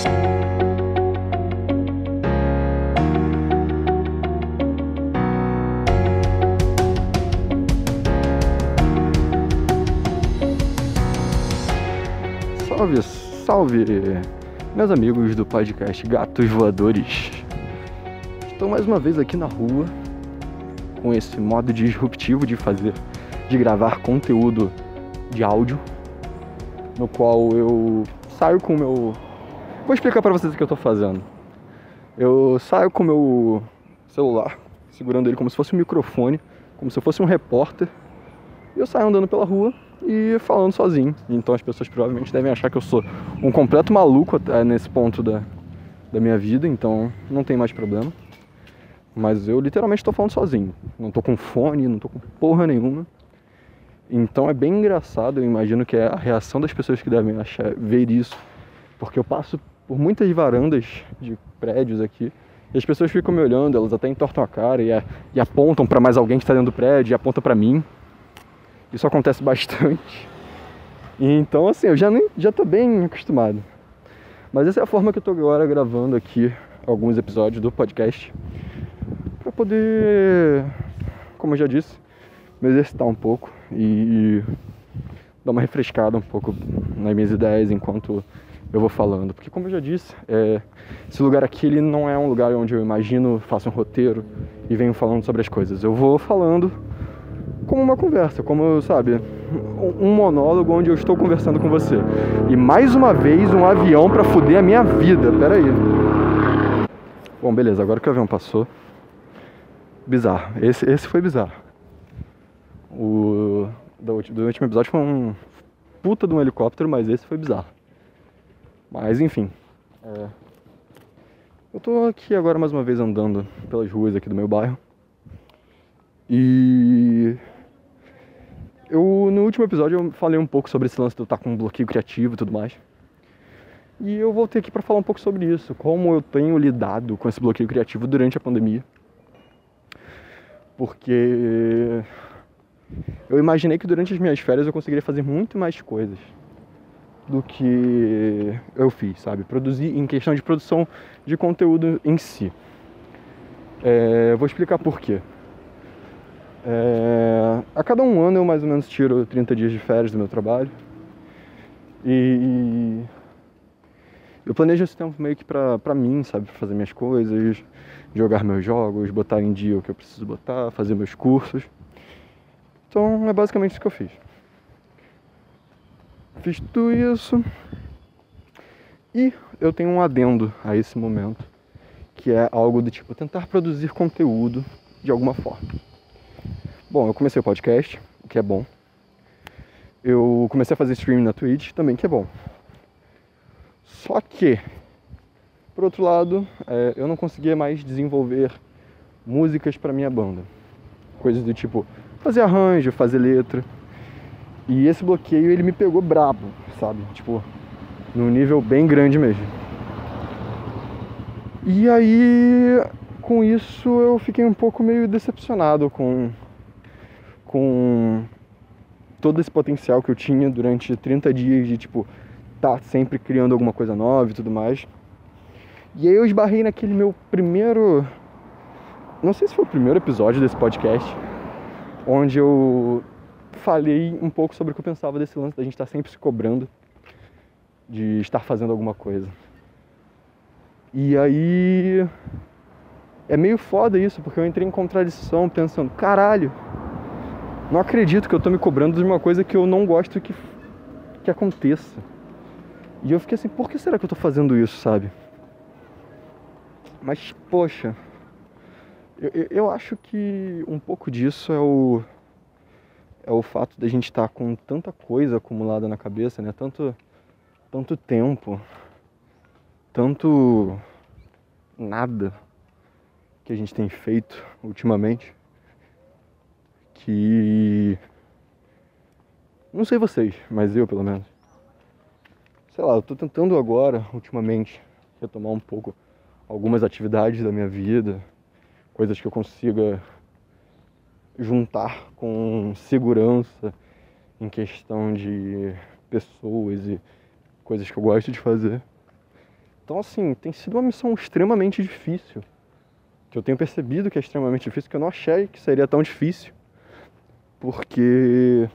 Salve, salve, meus amigos do podcast Gatos Voadores. Estou mais uma vez aqui na rua com esse modo disruptivo de gravar conteúdo de áudio, no qual eu saio com o meu... Vou explicar para vocês o que eu estou fazendo. Eu saio com o meu celular, segurando ele como se fosse um microfone, como se eu fosse um repórter, e eu saio andando pela rua e falando sozinho. Então as pessoas provavelmente devem achar que eu sou um completo maluco nesse ponto da minha vida, então não tem mais problema. Mas eu literalmente estou falando sozinho. Não estou com fone, não estou com porra nenhuma. Então é bem engraçado, eu imagino que é a reação das pessoas que devem ver isso. Porque eu passo por muitas varandas de prédios aqui, e as pessoas ficam me olhando, elas até entortam a cara e apontam para mais alguém que está dentro do prédio, e apontam para mim. Isso acontece bastante. Então assim, eu já tô bem acostumado. Mas essa é a forma que eu tô agora gravando aqui alguns episódios do podcast, pra poder, como eu já disse, me exercitar um pouco e dar uma refrescada um pouco nas minhas ideias enquanto eu vou falando. Porque como eu já disse, esse lugar aqui ele não é um lugar onde eu imagino, faço um roteiro e venho falando sobre as coisas. Eu vou falando como uma conversa, como, sabe, um monólogo onde eu estou conversando com você. E mais uma vez um avião pra foder a minha vida, pera aí. Bom, beleza, agora que o avião passou, bizarro, esse foi bizarro. Do último episódio foi um puta de um helicóptero, mas esse foi bizarro. Mas enfim, eu tô aqui agora mais uma vez andando pelas ruas aqui do meu bairro. E no último episódio eu falei um pouco sobre esse lance de eu estar com um bloqueio criativo e tudo mais. E eu voltei aqui para falar um pouco sobre isso, como eu tenho lidado com esse bloqueio criativo durante a pandemia. Porque eu imaginei que durante as minhas férias eu conseguiria fazer muito mais coisas do que eu fiz, sabe? Produzir em questão de produção de conteúdo em si. Eu vou explicar por quê. A cada um ano eu mais ou menos tiro 30 dias de férias do meu trabalho. E eu planejo esse tempo meio que pra mim, sabe? Pra fazer minhas coisas, jogar meus jogos, botar em dia o que eu preciso botar, fazer meus cursos. Então é basicamente isso que eu fiz. Fiz tudo isso. E eu tenho um adendo a esse momento, que é algo do tipo tentar produzir conteúdo de alguma forma. Bom, eu comecei o podcast, o que é bom. Eu comecei a fazer streaming na Twitch, também, que é bom. Só que, por outro lado, eu não conseguia mais desenvolver músicas pra minha banda. Coisas do tipo fazer arranjo, fazer letra. E esse bloqueio, ele me pegou brabo, sabe? Tipo, num nível bem grande mesmo. E aí, com isso, eu fiquei um pouco meio decepcionado com todo esse potencial que eu tinha durante 30 dias de, tipo, tá sempre criando alguma coisa nova e tudo mais. E aí eu esbarrei naquele meu primeiro... Não sei se foi o primeiro episódio desse podcast, onde eu falei um pouco sobre o que eu pensava desse lance da gente estar sempre se cobrando de estar fazendo alguma coisa. E aí... é meio foda isso, porque eu entrei em contradição pensando, caralho, não acredito que eu tô me cobrando de uma coisa que eu não gosto que aconteça. E eu fiquei assim, por que será que eu tô fazendo isso, sabe? Mas, poxa, eu acho que um pouco disso é o fato da gente estar com tanta coisa acumulada na cabeça, né? Tanto tempo, tanto nada que a gente tem feito ultimamente, que... não sei vocês, mas eu pelo menos. Sei lá, eu tô tentando agora, ultimamente, retomar um pouco algumas atividades da minha vida, coisas que eu consiga juntar com segurança em questão de pessoas e coisas que eu gosto de fazer. Então, assim, tem sido uma missão extremamente difícil. Que eu tenho percebido que é extremamente difícil, que eu não achei que seria tão difícil. Porque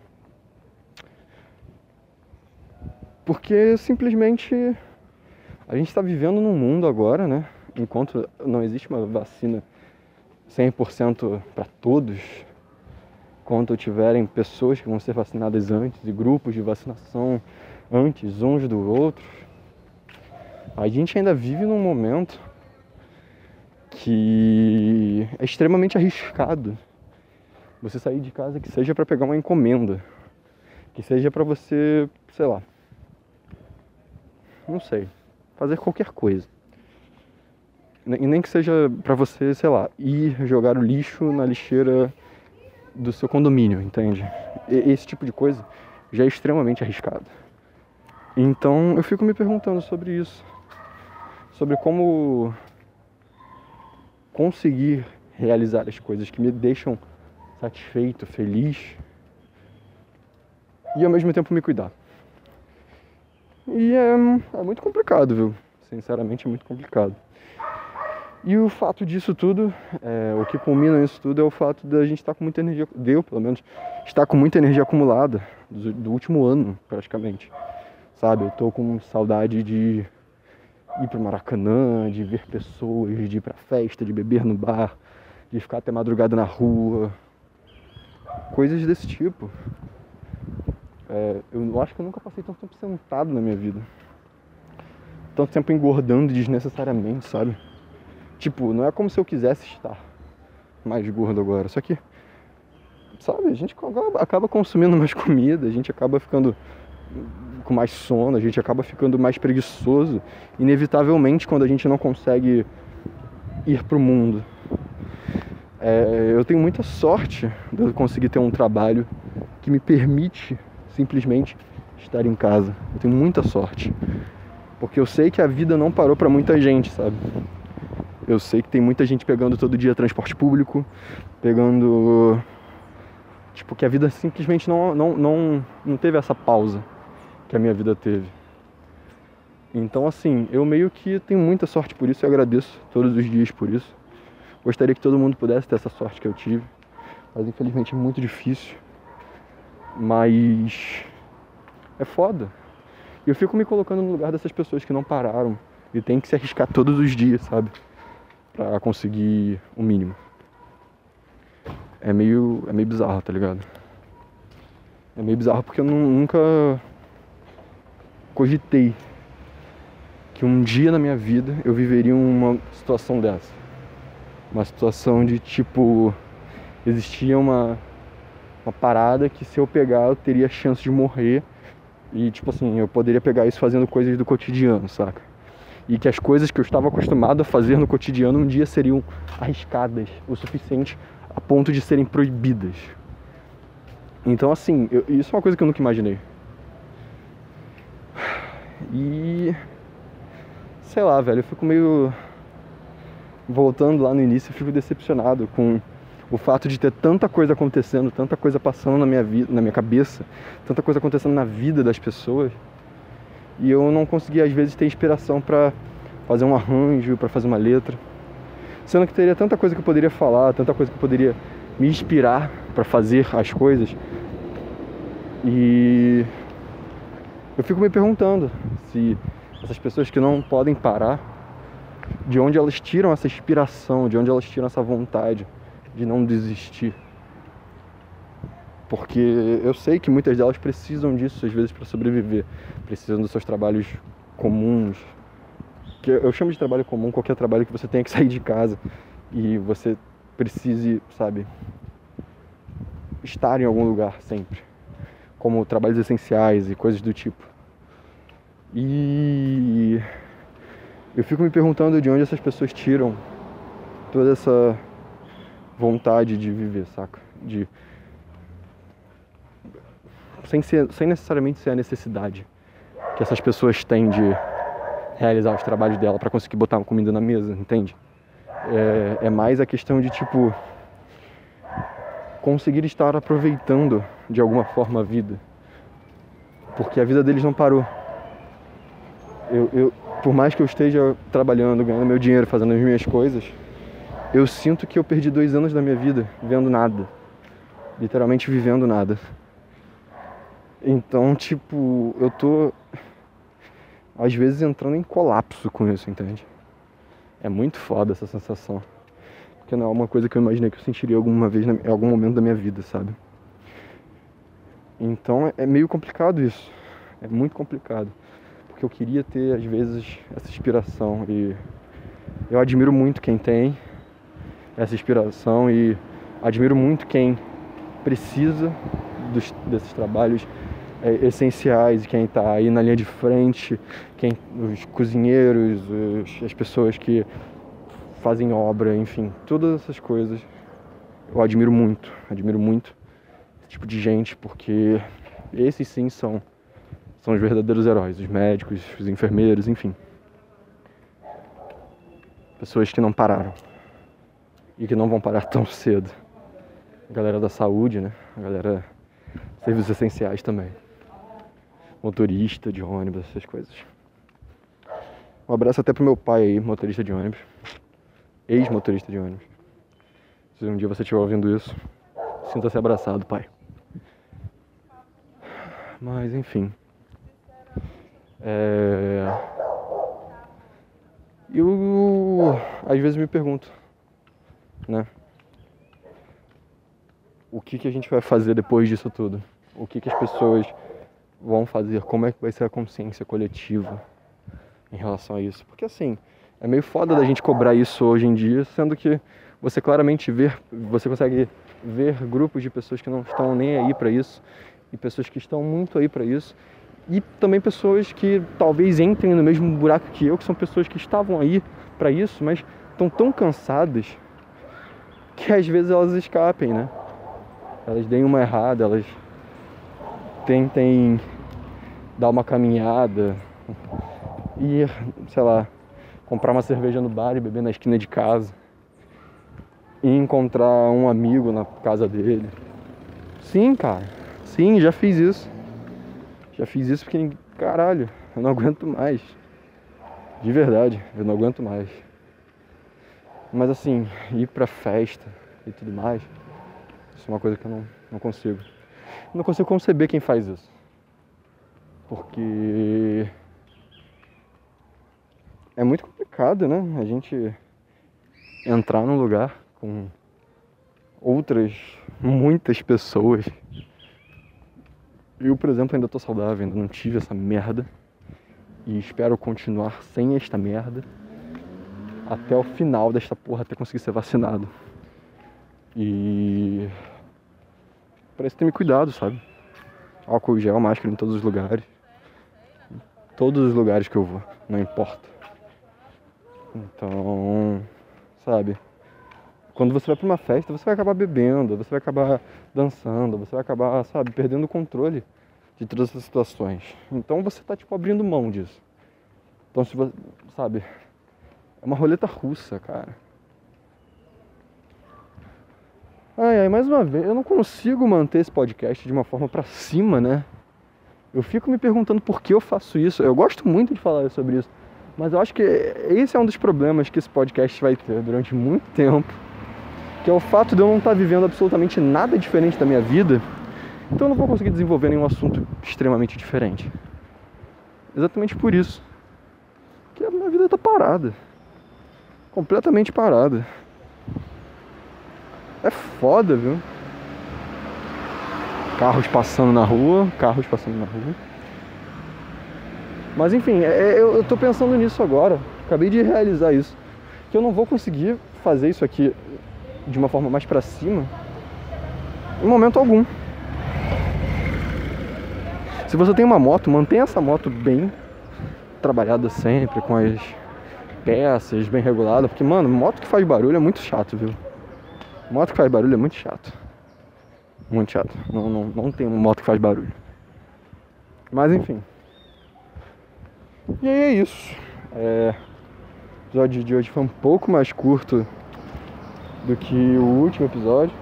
simplesmente a gente está vivendo num mundo agora, né? Enquanto não existe uma vacina 100% para todos, enquanto tiverem pessoas que vão ser vacinadas antes e grupos de vacinação antes uns do outro, a gente ainda vive num momento que é extremamente arriscado você sair de casa, que seja para pegar uma encomenda, que seja para você, sei lá, não sei, fazer qualquer coisa. E nem que seja para você, sei lá, ir jogar o lixo na lixeira do seu condomínio, entende? Esse tipo de coisa já é extremamente arriscado. Então eu fico me perguntando sobre isso, sobre como conseguir realizar as coisas que me deixam satisfeito, feliz e ao mesmo tempo me cuidar. E é muito complicado, viu? Sinceramente é muito complicado. E o fato disso tudo, o que culmina isso tudo é o fato de a gente estar com muita energia, pelo menos, estar com muita energia acumulada do último ano, praticamente. Sabe, eu tô com saudade de ir pro Maracanã, de ver pessoas, de ir pra festa, de beber no bar, de ficar até madrugada na rua. Coisas desse tipo. Eu acho que eu nunca passei tanto tempo sentado na minha vida. Tanto tempo engordando desnecessariamente, sabe? Tipo, não é como se eu quisesse estar mais gordo agora. Só que, sabe, a gente acaba consumindo mais comida, a gente acaba ficando com mais sono, a gente acaba ficando mais preguiçoso, inevitavelmente, quando a gente não consegue ir pro mundo. Eu tenho muita sorte de eu conseguir ter um trabalho que me permite simplesmente estar em casa. Eu tenho muita sorte, porque eu sei que a vida não parou pra muita gente, sabe? Eu sei que tem muita gente pegando todo dia transporte público, pegando... Tipo, que a vida simplesmente não teve essa pausa que a minha vida teve. Então, assim, eu meio que tenho muita sorte por isso e agradeço todos os dias por isso. Gostaria que todo mundo pudesse ter essa sorte que eu tive, mas infelizmente é muito difícil. Mas é foda. E eu fico me colocando no lugar dessas pessoas que não pararam e tem que se arriscar todos os dias, sabe? Pra conseguir o mínimo. É meio bizarro, tá ligado? É meio bizarro porque eu nunca cogitei que um dia na minha vida eu viveria uma situação dessa. Uma situação de tipo, existia uma parada que se eu pegar eu teria chance de morrer. E tipo assim, eu poderia pegar isso fazendo coisas do cotidiano, saca? E que as coisas que eu estava acostumado a fazer no cotidiano um dia seriam arriscadas o suficiente a ponto de serem proibidas. Então assim, isso é uma coisa que eu nunca imaginei. E... sei lá, velho, eu fico meio... voltando lá no início, eu fico decepcionado com o fato de ter tanta coisa acontecendo, tanta coisa passando na minha vida, na minha cabeça, tanta coisa acontecendo na vida das pessoas, e eu não consegui às vezes ter inspiração pra fazer um arranjo, pra fazer uma letra, sendo que teria tanta coisa que eu poderia falar, tanta coisa que eu poderia me inspirar pra fazer as coisas. E eu fico me perguntando se essas pessoas que não podem parar, de onde elas tiram essa inspiração, de onde elas tiram essa vontade de não desistir. Porque eu sei que muitas delas precisam disso às vezes para sobreviver, precisam dos seus trabalhos comuns, que eu chamo de trabalho comum qualquer trabalho que você tenha que sair de casa e você precise, sabe, estar em algum lugar sempre, como trabalhos essenciais e coisas do tipo. E eu fico me perguntando de onde essas pessoas tiram toda essa vontade de viver, saca? Sem necessariamente ser a necessidade que essas pessoas têm de realizar os trabalhos dela pra conseguir botar uma comida na mesa, entende? É mais a questão de, tipo, conseguir estar aproveitando de alguma forma a vida, porque a vida deles não parou. Por mais que eu esteja trabalhando, ganhando meu dinheiro, fazendo as minhas coisas, eu sinto que eu perdi 2 anos da minha vida vendo nada. Literalmente vivendo nada. Então, tipo, eu tô às vezes entrando em colapso com isso, entende? É muito foda essa sensação. Porque não é uma coisa que eu imaginei que eu sentiria alguma vez em algum momento da minha vida, sabe? Então é meio complicado isso. É muito complicado. Porque eu queria ter, às vezes, essa inspiração. E eu admiro muito quem tem essa inspiração. E admiro muito quem precisa desses trabalhos essenciais. Quem tá aí na linha de frente. Os cozinheiros, as pessoas que fazem obra, enfim. Todas essas coisas eu admiro muito. Admiro muito esse tipo de gente. Porque esses sim são os verdadeiros heróis, os médicos, os enfermeiros, enfim. Pessoas que não pararam. E que não vão parar tão cedo. A galera da saúde, né? A galera serviços essenciais também. Motorista de ônibus, essas coisas. Um abraço até pro meu pai aí, motorista de ônibus. Ex-motorista de ônibus. Se um dia você estiver ouvindo isso, sinta-se abraçado, pai. Mas, enfim. Eu às vezes me pergunto, né? O que a gente vai fazer depois disso tudo? O que as pessoas vão fazer? Como é que vai ser a consciência coletiva em relação a isso? Porque assim, é meio foda da gente cobrar isso hoje em dia, sendo que você claramente você consegue ver grupos de pessoas que não estão nem aí pra isso e pessoas que estão muito aí pra isso. E também pessoas que talvez entrem no mesmo buraco que eu, que são pessoas que estavam aí pra isso, mas estão tão cansadas que às vezes elas escapem, né? Elas deem uma errada, elas tentem dar uma caminhada, ir, sei lá, comprar uma cerveja no bar e beber na esquina de casa, e encontrar um amigo na casa dele. Sim, cara, sim, já fiz isso. Já fiz isso porque, caralho, eu não aguento mais. De verdade, eu não aguento mais. Mas assim, ir pra festa e tudo mais, isso é uma coisa que eu não consigo. Eu não consigo conceber quem faz isso. Porque é muito complicado, né? A gente entrar num lugar com muitas pessoas. Eu, por exemplo, ainda tô saudável, ainda não tive essa merda. E espero continuar sem esta merda até o final desta porra, até conseguir ser vacinado. E pra isso ter me cuidado, sabe? Álcool gel, máscara em todos os lugares. Todos os lugares que eu vou, não importa. Então, sabe? Quando você vai pra uma festa, você vai acabar bebendo, você vai acabar dançando, você vai acabar, sabe, perdendo o controle de todas essas situações. Então você tá, tipo, abrindo mão disso. Então, se você, sabe, é uma roleta russa, cara. Ai, mais uma vez, eu não consigo manter esse podcast de uma forma pra cima, né? Eu fico me perguntando por que eu faço isso. Eu gosto muito de falar sobre isso, mas eu acho que esse é um dos problemas que esse podcast vai ter durante muito tempo, que é o fato de eu não estar vivendo absolutamente nada diferente da minha vida. Então eu não vou conseguir desenvolver nenhum assunto extremamente diferente. Exatamente por isso. Porque a minha vida tá parada. Completamente parada. É foda, viu? Carros passando na rua. Mas enfim, eu tô pensando nisso agora. Acabei de realizar isso. Que eu não vou conseguir fazer isso aqui de uma forma mais pra cima em momento algum. Se você tem uma moto, mantenha essa moto bem trabalhada sempre, com as peças bem reguladas. Porque, mano, moto que faz barulho é muito chato, viu? Moto que faz barulho é muito chato. Muito chato. Não tem uma moto que faz barulho. Mas, enfim. E aí é isso. O episódio de hoje foi um pouco mais curto do que o último episódio.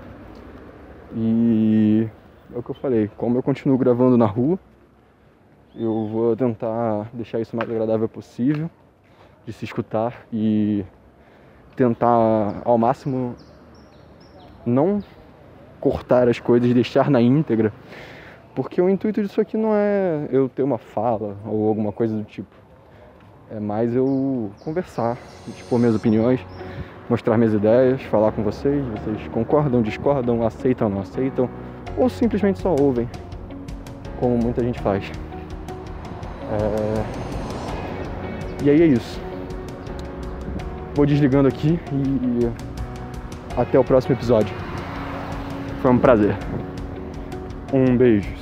E é o que eu falei, como eu continuo gravando na rua, Eu vou tentar deixar isso o mais agradável possível de se escutar e tentar ao máximo não cortar as coisas e deixar na íntegra, porque o intuito disso aqui não é eu ter uma fala ou alguma coisa do tipo. É mais eu conversar, expor minhas opiniões, mostrar minhas ideias, falar com vocês concordam, discordam, aceitam, não aceitam, ou simplesmente só ouvem, como muita gente faz. E aí é isso. Vou desligando aqui e até o próximo episódio. Foi um prazer. Um beijo.